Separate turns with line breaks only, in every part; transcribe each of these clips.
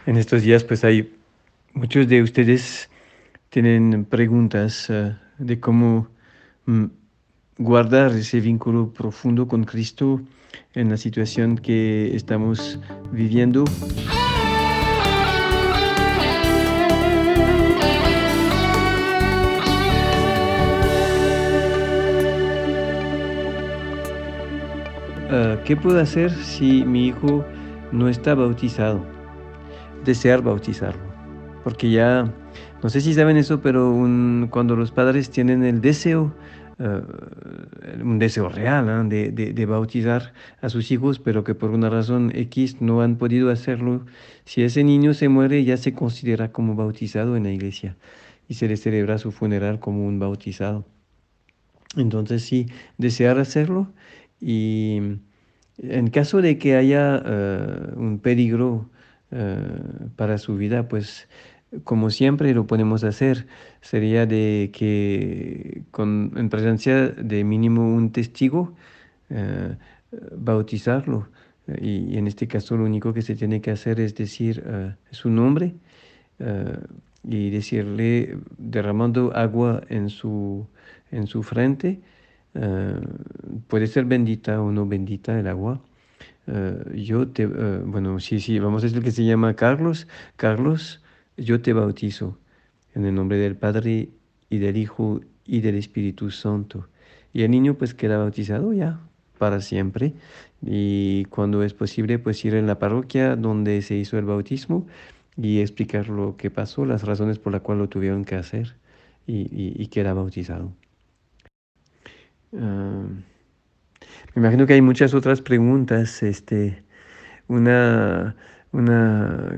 En estos días, pues hay muchos de ustedes tienen preguntas de cómo mm, guardar ese vínculo profundo con Cristo en la situación que estamos viviendo. ¿Qué puedo hacer si mi hijo no está bautizado? Desear bautizarlo. Porque ya, no sé si saben eso, pero cuando los padres tienen el deseo, eh, un deseo real, ¿ah? de bautizar a sus hijos, pero que por una razón X no han podido hacerlo, si ese niño se muere, ya se considera como bautizado en la iglesia y se le celebra su funeral como un bautizado. Entonces sí, desear hacerlo y en caso de que haya un peligro para su vida, pues como siempre lo podemos hacer, sería de que en presencia de mínimo un testigo, eh, bautizarlo. Y en este caso lo único que se tiene que hacer es decir su nombre eh, y decirle, derramando agua en su frente, eh, puede ser bendita o no bendita el agua. Bueno, sí, sí, vamos a decir que se llama Carlos. Carlos, yo te bautizo en el nombre del Padre y del Hijo y del Espíritu Santo. Y el niño pues queda bautizado ya para siempre. Y cuando es posible, pues ir en la parroquia donde se hizo el bautismo y explicar lo que pasó, las razones por las cuales lo tuvieron que hacer y queda bautizado. Ah, Me imagino que hay muchas otras preguntas. Una, una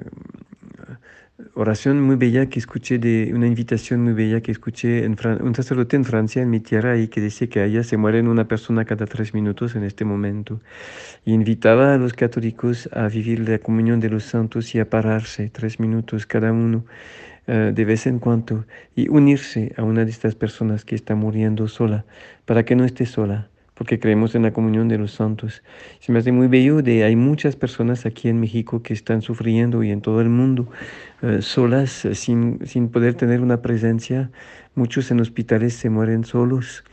oración muy bella que escuché, una invitación muy bella que escuché un sacerdote en Francia, en mi tierra, y que dice que allá se muere una persona cada 3 minutos en este momento. Y invitaba a los católicos a vivir la comunión de los santos y a pararse 3 minutos cada uno de vez en cuando y unirse a una de estas personas que está muriendo sola, para que no esté sola, porque creemos en la comunión de los santos. Se me hace muy bello hay muchas personas aquí en México que están sufriendo y en todo el mundo, solas, sin poder tener una presencia. Muchos en hospitales se mueren solos.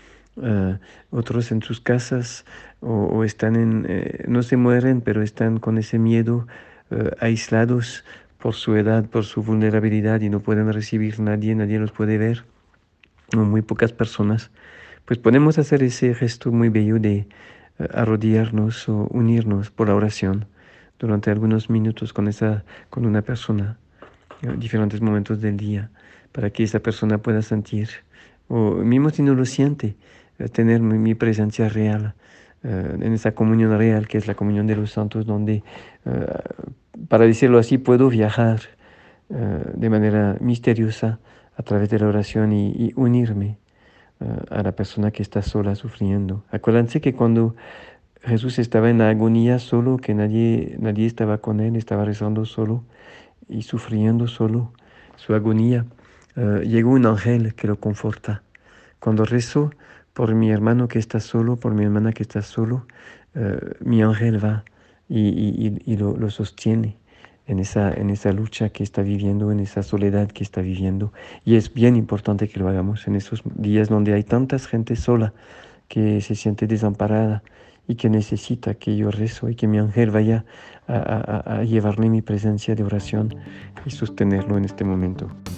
Otros en sus casas o están no se mueren, pero están con ese miedo, aislados por su edad, por su vulnerabilidad y no pueden recibir nadie los puede ver, o muy pocas personas, pues podemos hacer ese gesto muy bello de arrodillarnos o unirnos por la oración durante algunos minutos con una persona, en diferentes momentos del día, para que esa persona pueda sentir, o mismo si no lo siente, tener mi presencia real, en esa comunión real que es la comunión de los santos, donde, para decirlo así, puedo viajar de manera misteriosa a través de la oración y unirme a la persona que está sola sufriendo. Acuérdense que cuando Jesús estaba en la agonía solo, que nadie estaba con él, estaba rezando solo y sufriendo solo su agonía, llegó un ángel que lo conforta. Cuando rezo por mi hermano que está solo, por mi hermana que está solo, mi ángel va y lo sostiene en esa lucha que está viviendo, en esa soledad que está viviendo. Y es bien importante que lo hagamos en esos días donde hay tanta gente sola que se siente desamparada y que necesita que yo rezo y que mi ángel vaya a llevarle mi presencia de oración y sostenerlo en este momento.